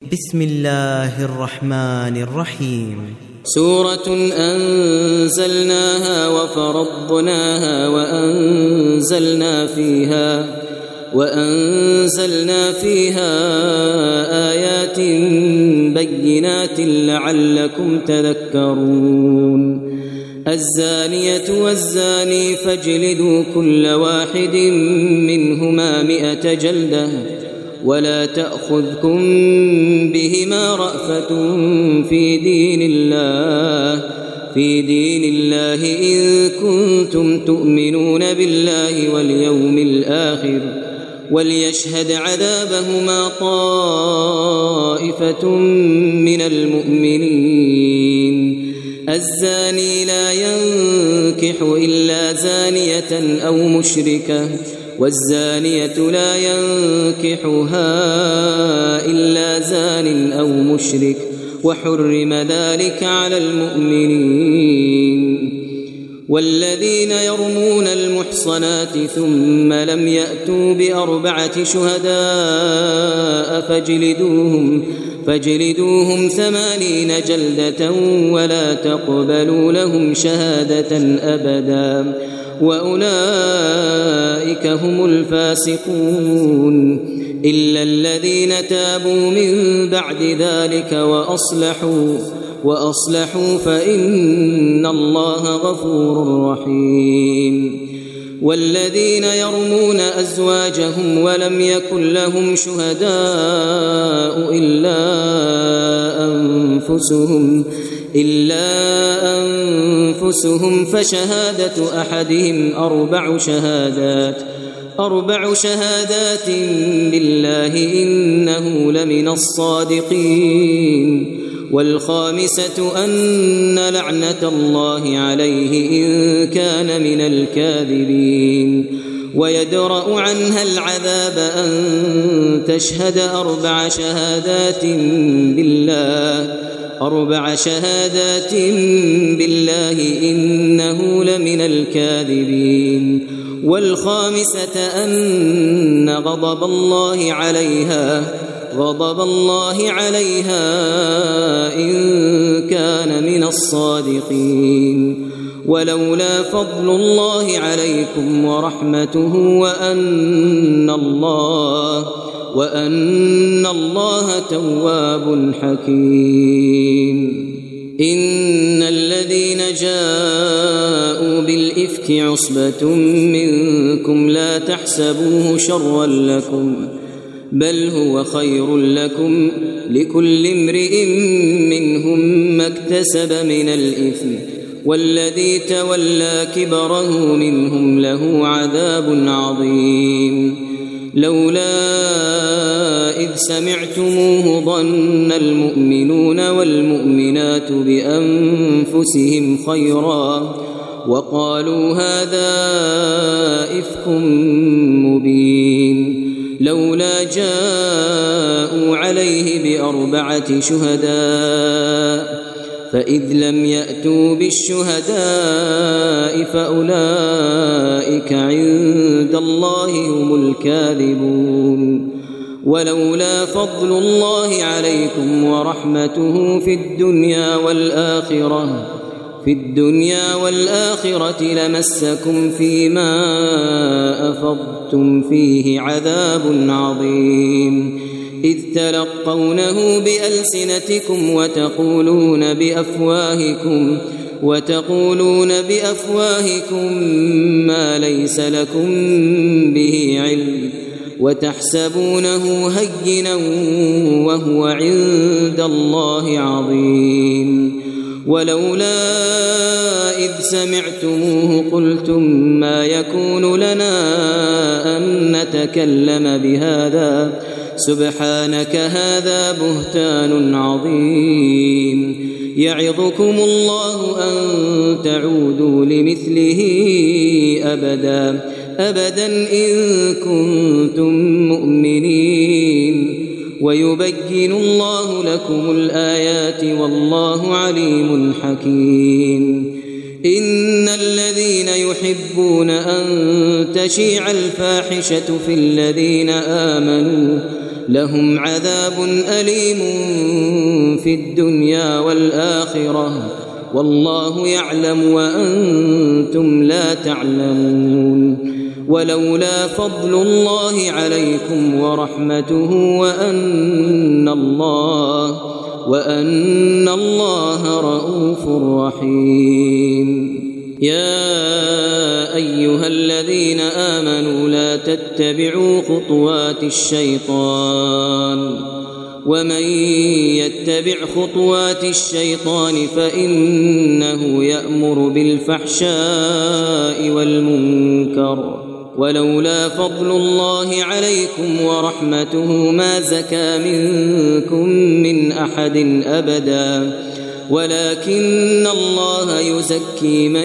بسم الله الرحمن الرحيم. سورة أنزلناها وفرضناها وأنزلنا فيها آيات بينات لعلكم تذكرون. الزانية والزاني فاجلدوا كل واحد منهما 100 جلدة ولا تأخذكم بهما رأفة في دين الله إن كنتم تؤمنون بالله واليوم الآخر وليشهد عذابهما طائفة من المؤمنين. الزاني لا ينكح إلا زانية أو مشركة والزانية لا ينكحها إلا زان أو مشرك وحرم ذلك على المؤمنين. والذين يرمون المحصنات ثم لم يأتوا ب4 شهداء فاجلدوهم 80 جلدة ولا تقبلوا لهم شهادة أبدا وأولئك هم الفاسقون. إلا الذين تابوا من بعد ذلك وأصلحوا فإن الله غفور رحيم. والذين يرمون أزواجهم ولم يكن لهم شهداء إلا أنفسهم فشهادة أحدهم 4 شهادات بالله إنه لمن الصادقين. والخامسة أن لعنة الله عليه إن كان من الكاذبين. ويدرأ عنها العذاب أن تشهد 4 شهادات بالله إنه لمن الكاذبين. والخامسة أن غضب الله عليها إن كان من الصادقين. ولولا فضل الله عليكم ورحمته وأن الله تواب حكيم. إن الذين جاءوا بالإفك عصبة منكم لا تحسبوه شرا لكم بل هو خير لكم لكل امرئ منهم ما اكتسب من الإثم والذي تولى كبره منهم له عذاب عظيم. لولا إذ سمعتموه ظن المؤمنون والمؤمنات بأنفسهم خيرا وقالوا هذا إفك مبين. لولا جاءوا عليه ب4 شهداء فإذ لم يأتوا بالشهداء فأولئك عند الله هم الكاذبون. ولولا فضل الله عليكم ورحمته في الدنيا والآخرة لمسكم فيما أفضتم فيه عذاب عظيم. إذ تلقونه بألسنتكم وتقولون بأفواهكم ما ليس لكم به علم وتحسبونه هينا وهو عند الله عظيم. ولولا إذ سمعتموه قلتم ما يكون لنا أن نتكلم بهذا سبحانك هذا بهتان عظيم. يعظكم الله أن تعودوا لمثله أبدا إن كنتم مؤمنين. ويبين الله لكم الآيات والله عليم حكيم. إن الذين يحبون أن تشيع الفاحشة في الذين آمنوا لهم عذاب أليم في الدنيا والآخرة والله يعلم وأنتم لا تعلمون ولولا فضل الله عليكم ورحمته وأن الله رؤوف رحيم. يا أيها الذين آمنوا لا تتبعوا خطوات الشيطان ومن يتبع خطوات الشيطان فإنه يأمر بالفحشاء والمنكر ولولا فضل الله عليكم ورحمته ما زكى منكم من أحد أبدا ولكن الله يزكي من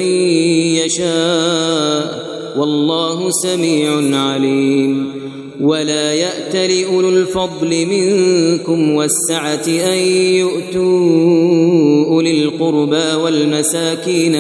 يشاء والله سميع عليم. ولا يأتل أولو الفضل منكم والسعة أن يؤتوا أولي القربى والمساكين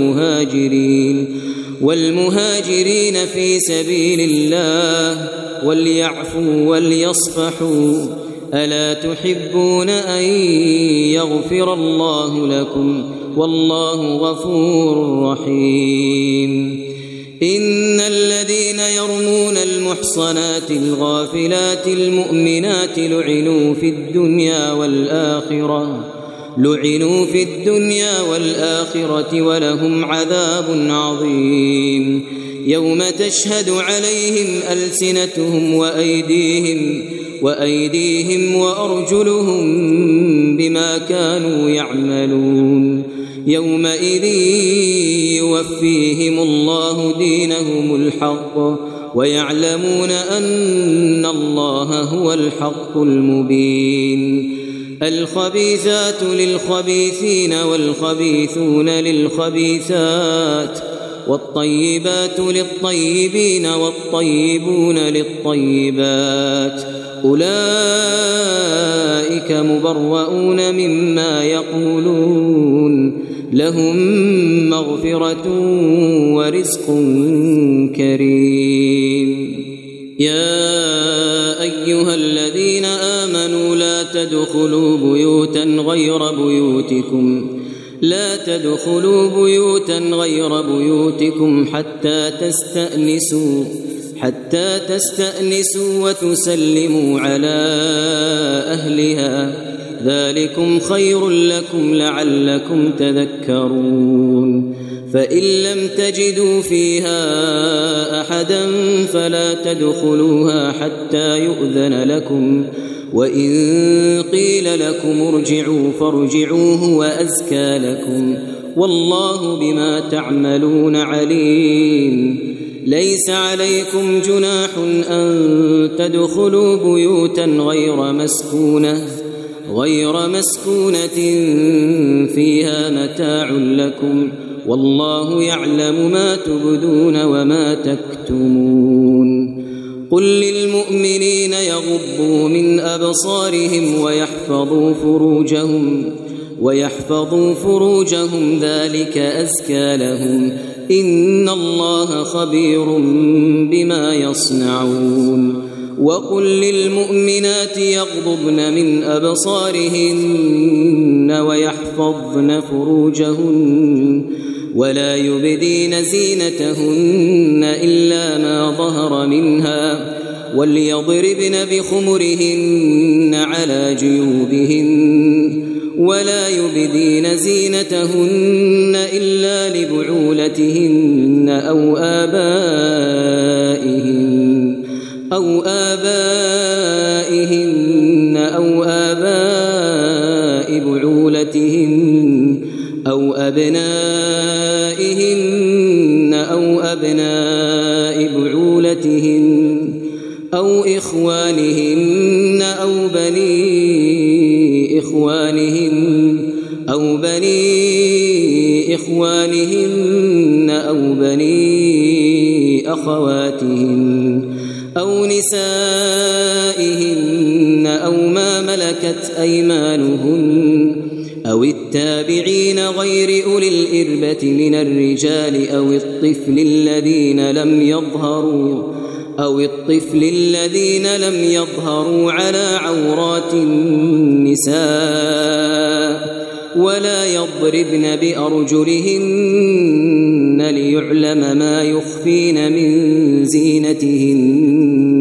والمهاجرين في سبيل الله وليعفوا وليصفحوا ألا تحبون أن يغفر الله لكم والله غفور رحيم. إن الذين يرمون المحصنات الغافلات المؤمنات لعنوا في الدنيا والآخرة ولهم عذاب عظيم. يوم تشهد عليهم ألسنتهم وأيديهم وأرجلهم بما كانوا يعملون يومئذ يوفيهم الله دينهم الحق ويعلمون أن الله هو الحق المبين. الخبيثات للخبيثين والخبيثون للخبيثات والطيبات للطيبين والطيبون للطيبات أولئك مبرؤون مما يقولون لهم مغفرة ورزق كريم. يا أيها الذين آمنوا لا تدخلوا بيوتا غير بيوتكم حتى تستأنسوا وتسلموا على أهلها ذلكم خير لكم لعلكم تذكرون. فإن لم تجدوا فيها أحدا فلا تدخلوها حتى يؤذن لكم وإن قيل لكم ارجعوا فارجعوا هو أزكى لكم والله بما تعملون عليم. ليس عليكم جناح أن تدخلوا بيوتا غير مسكونة فيها متاع لكم والله يعلم ما تبدون وما تكتمون. قل للمؤمنين يغضوا من أبصارهم ويحفظوا فروجهم ذلك أزكى لهم إن الله خبير بما يصنعون. وقل للمؤمنات يغضضن من أبصارهن ويحفظن فروجهن ولا يبدين زينتهن إلا ما ظهر منها وليضربن بخمرهن على جيوبهن ولا يبدين زينتهن إلا لبعولتهن أو آبائهن أو آباء بعولتهن أو أبنائهن أو أبناء بعولتهن أو إخوانهن أو بني إخوانهن أو بني أخواتهن أو نسائهن أو ما ملكت أيمانهن أو التابعين غير أولي الإربة من الرجال أو الطفل أو الطفل الذين لم يظهروا على عورات النساء ولا يضربن بأرجلهن ليعلم ما يخفين من زينتهن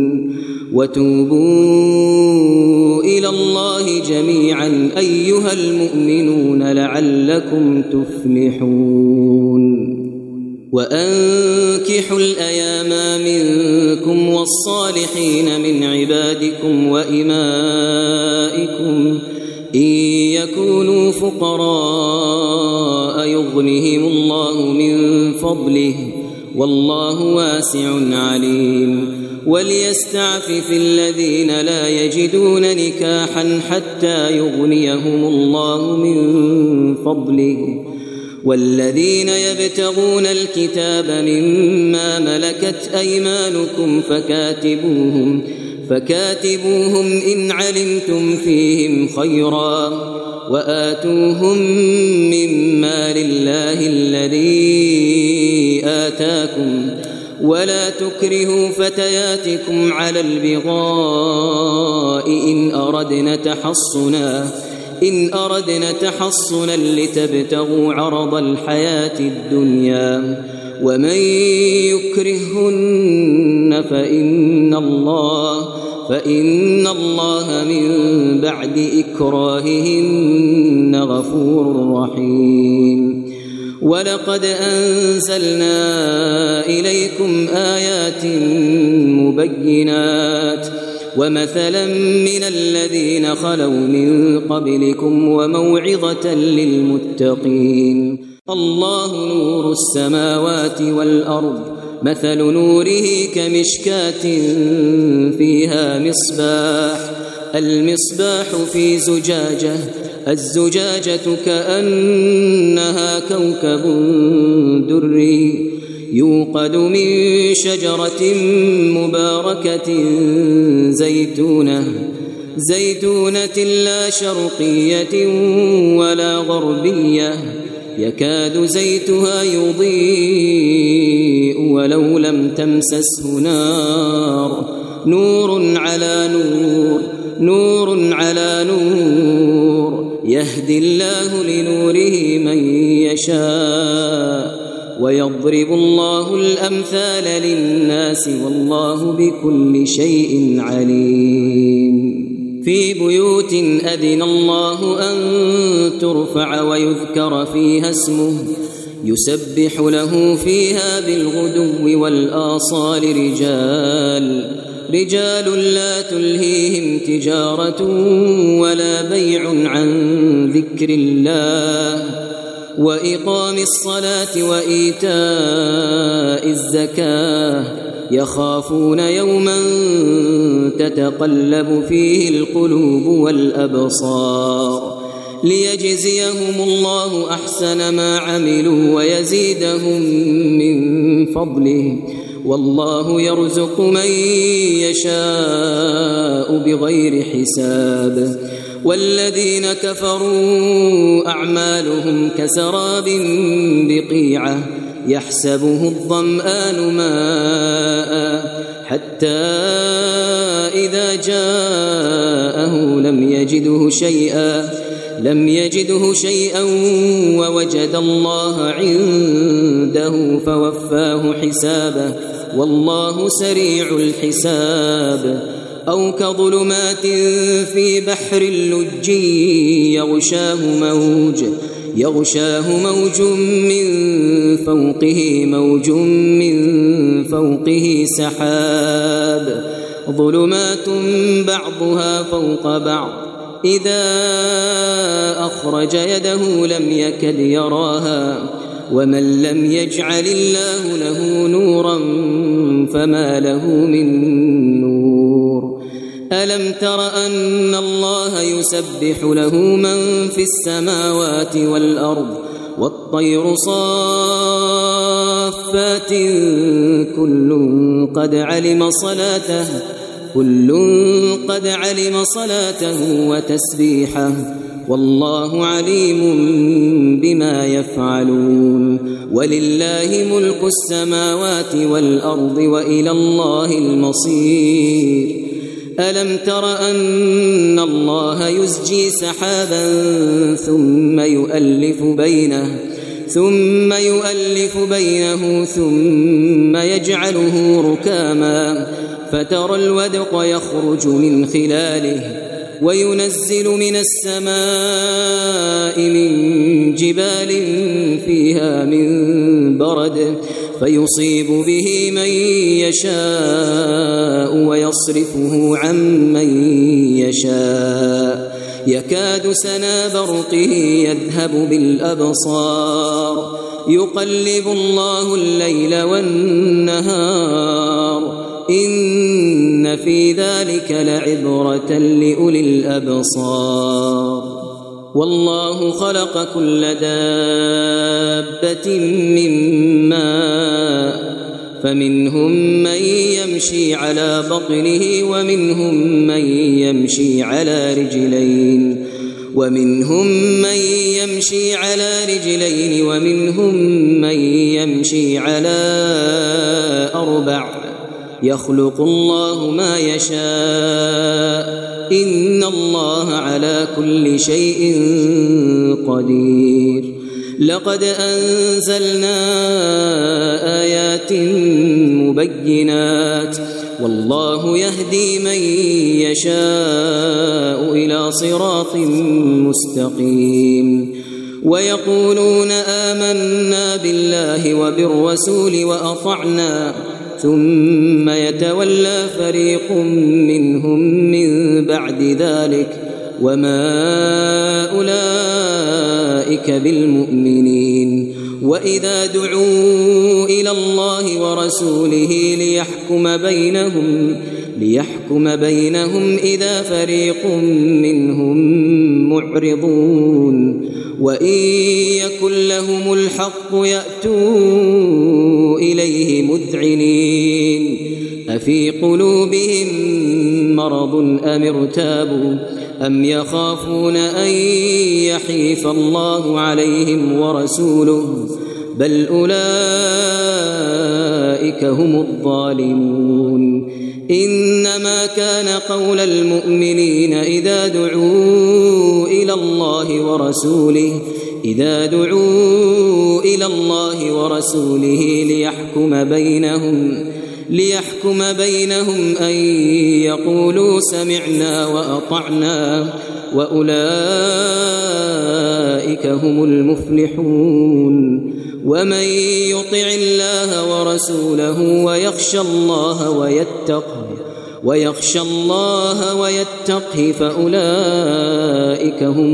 وتوبوا إلى الله جميعا أيها المؤمنون لعلكم تفلحون وأنكحوا الأيام منكم والصالحين من عبادكم وإمائكم إن يكونوا فقراء يغنهم الله من فضله والله واسع عليم وليستعفف الذين لا يجدون نكاحا حتى يغنيهم الله من فضله والذين يبتغون الكتاب مما ملكت أيمانكم فكاتبوهم إن علمتم فيهم خيرا وآتوهم مما لله الذي آتاكم ولا تكرهوا فتياتكم على البغاء إن أردنا تحصنا لتبتغوا عرض الحياة الدنيا ومن يكرهن فإن الله من بعد إكراههن غفور رحيم ولقد أنزلنا إليكم آيات مبينات ومثلا من الذين خلوا من قبلكم وموعظة للمتقين الله نور السماوات والأرض مثل نوره كمشكاة فيها المصباح في زجاجة الزجاجة كأنها كوكب دري يوقد من شجرة مباركة زيتونة لا شرقية ولا غربية يكاد زيتها يضيء ولو لم تمسسه نار نور على نور يهدي الله لنوره من يشاء ويضرب الله الأمثال للناس والله بكل شيء عليم في بيوت أذن الله أن ترفع ويذكر فيها اسمه يسبح له فيها بالغدو والآصال رجال لا تلهيهم تجارة ولا بيع عن ذكر الله وإقام الصلاة وإيتاء الزكاة يخافون يوما تتقلب فيه القلوب والأبصار ليجزيهم الله أحسن ما عملوا ويزيدهم من فضله والله يرزق من يشاء بغير حساب والذين كفروا أعمالهم كسراب بقيعة يحسبه الظمآن ماء حتى إذا جاءه لم يجده شيئا ووجد الله عنده فوفاه حسابه والله سريع الحساب أو كظلمات في بحر اللج يغشاه موج من فوقه سحاب ظلمات بعضها فوق بعض إذا أخرج يده لم يكد يراها ومن لم يجعل الله له نورا فما له من نور ألم تر أن الله يسبح له من في السماوات والأرض والطير صافات كل قد علم صلاته وتسبيحه والله عليم بما يفعلون ولله ملك السماوات والأرض وإلى الله المصير ألم تر أن الله يزجي سحابا ثم يؤلف بينه ثم يجعله ركاما فترى الودق يخرج من خلاله وينزل من السماء من جبال فيها من برد فيصيب به من يشاء ويصرفه عن من يشاء يكاد سنا برقه يذهب بالأبصار يقلب الله الليل والنهار إن في ذلك لعبرة لأولي الأبصار والله خلق كل دابة من ماء فمنهم من يمشي على بطنه ومنهم من يمشي على رجلين ومنهم من يمشي على أربع يخلق الله ما يشاء إن الله على كل شيء قدير لقد أنزلنا آيات مبينات والله يهدي من يشاء إلى صراط مستقيم ويقولون آمنا بالله وبالرسول وأطعنا ثم يتولى فريق منهم من بعد ذلك وما أولئك بالمؤمنين وإذا دعوا إلى الله ورسوله ليحكم بينهم إذا فريق منهم معرضون وإن يكن لهم الحق يأتوا إليه مذعنين أفي قلوبهم مرض أم ارتابوا أم يخافون أن يحيف الله عليهم ورسوله بل أولئك هم الظالمون إنما كان قول المؤمنين إذا دعوا إلى الله ورسوله ليحكم بينهم أن يقولوا سمعنا وأطعنا وأولئك هم المفلحون ومن يطع الله ورسوله ويخشى الله ويتقه فأولئك هم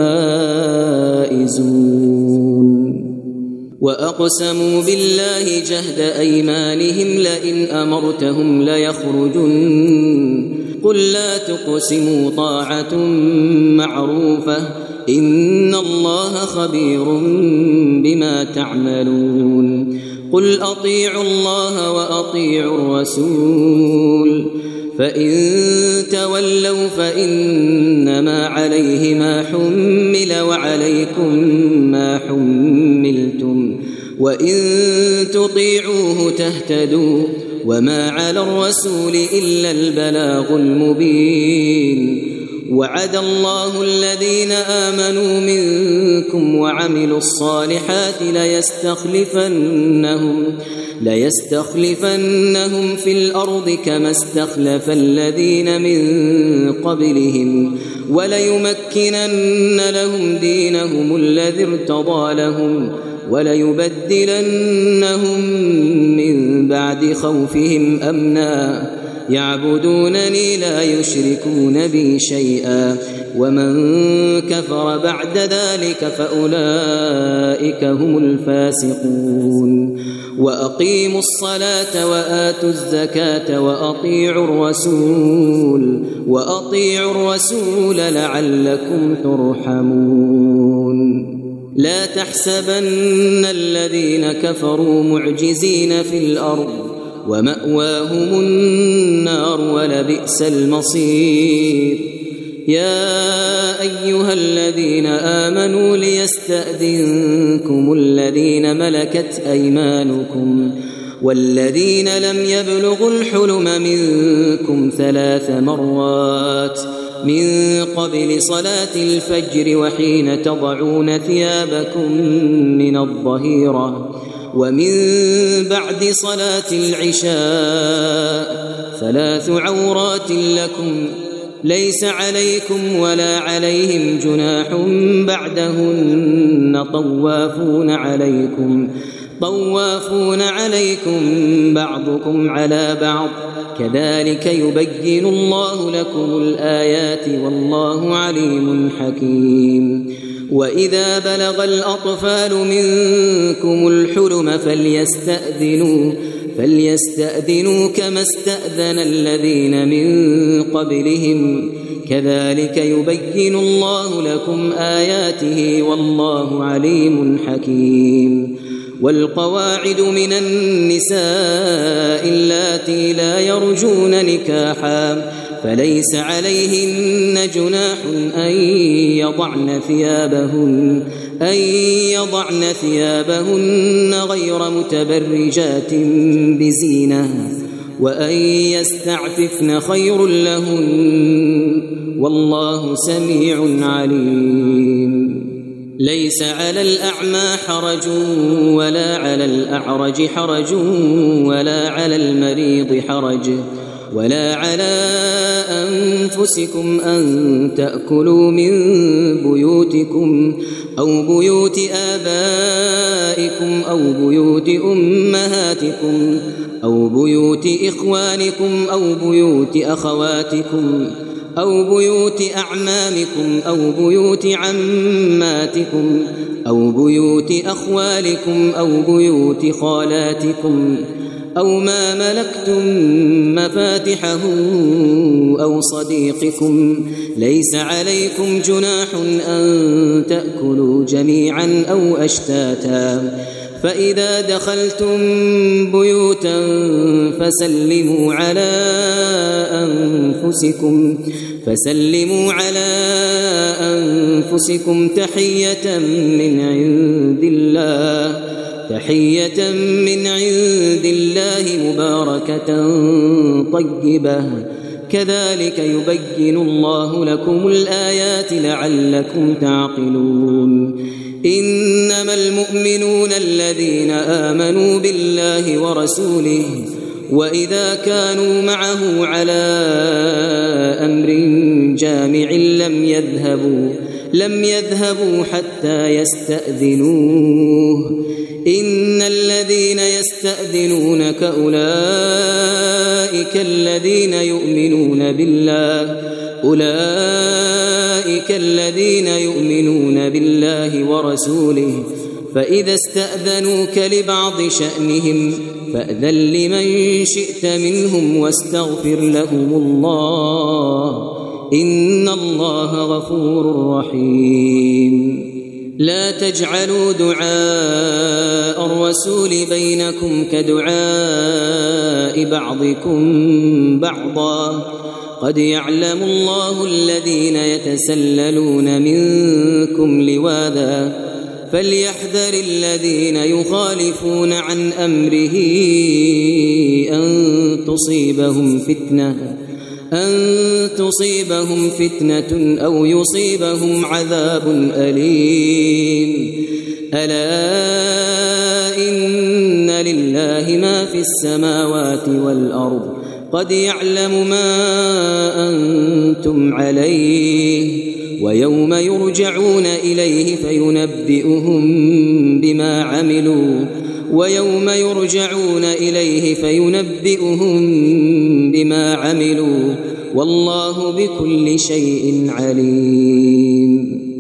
الفائزون وأقسموا بالله جهد أيمانهم لئن أمرتهم ليخرجن قل لا تقسموا طاعة معروفة إن الله خبير بما تعملون قل أطيعوا الله وأطيعوا الرسول فإن تولوا فإنما عليه ما حمل وعليكم ما حملتم وإن تطيعوه تهتدوا وما على الرسول إلا البلاغ المبين وعد الله الذين آمنوا منكم وعملوا الصالحات ليستخلفنهم في الأرض كما استخلف الذين من قبلهم وليمكنن لهم دينهم الذي ارتضى لهم وليبدلنهم من بعد خوفهم أمنا يعبدونني لا يشركون بي شيئا ومن كفر بعد ذلك فأولئك هم الفاسقون وأقيموا الصلاة وآتوا الزكاة وأطيعوا الرسول لعلكم ترحمون لا تحسبن الذين كفروا معجزين في الأرض ومأواهم النار ولبئس المصير يا أيها الذين آمنوا ليستأذنكم الذين ملكت أيمانكم والذين لم يبلغوا الحلم منكم 3 مرات من قبل صلاة الفجر وحين تضعون ثيابكم من الظهيرة ومن بعد صلاة العشاء 3 عورات لكم ليس عليكم ولا عليهم جناح بعدهن طوافون عليكم بعضكم على بعض كذلك يبين الله لكم الآيات والله عليم حكيم. وإذا بلغ الأطفال منكم الحلم فليستأذنوا كما استأذن الذين من قبلهم كذلك يبين الله لكم آياته والله عليم حكيم. والقواعد من النساء اللاتي لا يرجون نكاحا فليس عليهن جناح أن يضعن ثيابهن غير متبرجات بزينة وأن يستعففن خير لهن والله سميع عليم. ليس على الأعمى حرج ولا على الأعرج حرج ولا على المريض حرج ولا على أنفسكم أن تأكلوا من بيوتكم أو بيوت آبائكم أو بيوت أمهاتكم أو بيوت إخوانكم أو بيوت أخواتكم أو بيوت أعمامكم أو بيوت عماتكم أو بيوت أخوالكم أو بيوت خالاتكم أو ما ملكتم مفاتحه أو صديقكم ليس عليكم جناح أن تأكلوا جميعا أو أشتاتا فإذا دخلتم بيوتا فسلموا على أنفسكم تحية من عند الله مباركة طيبة كذلك يبين الله لكم الآيات لعلكم تعقلون. إنما المؤمنون الذين آمنوا بالله ورسوله وإذا كانوا معه على أمر جامع لم يذهبوا حتى يستأذنوه. إن الذين يستأذنونك أولئك الذين يؤمنون بالله ورسوله فإذا استأذنوك لبعض شأنهم فأذن لمن شئت منهم واستغفر لهم الله إن الله غفور رحيم. لا تجعلوا دعاء الرسول بينكم كدعاء بعضكم بعضا قد يعلم الله الذين يتسللون منكم لواذا فليحذر الذين يخالفون عن أمره أن تصيبهم فتنة أو يصيبهم عذاب أليم. ألا إن لله ما في السماوات والأرض قد يعلم ما أنتم عليه ويوم يرجعون إليه فينبئهم بما عملوا والله بكل شيء عليم.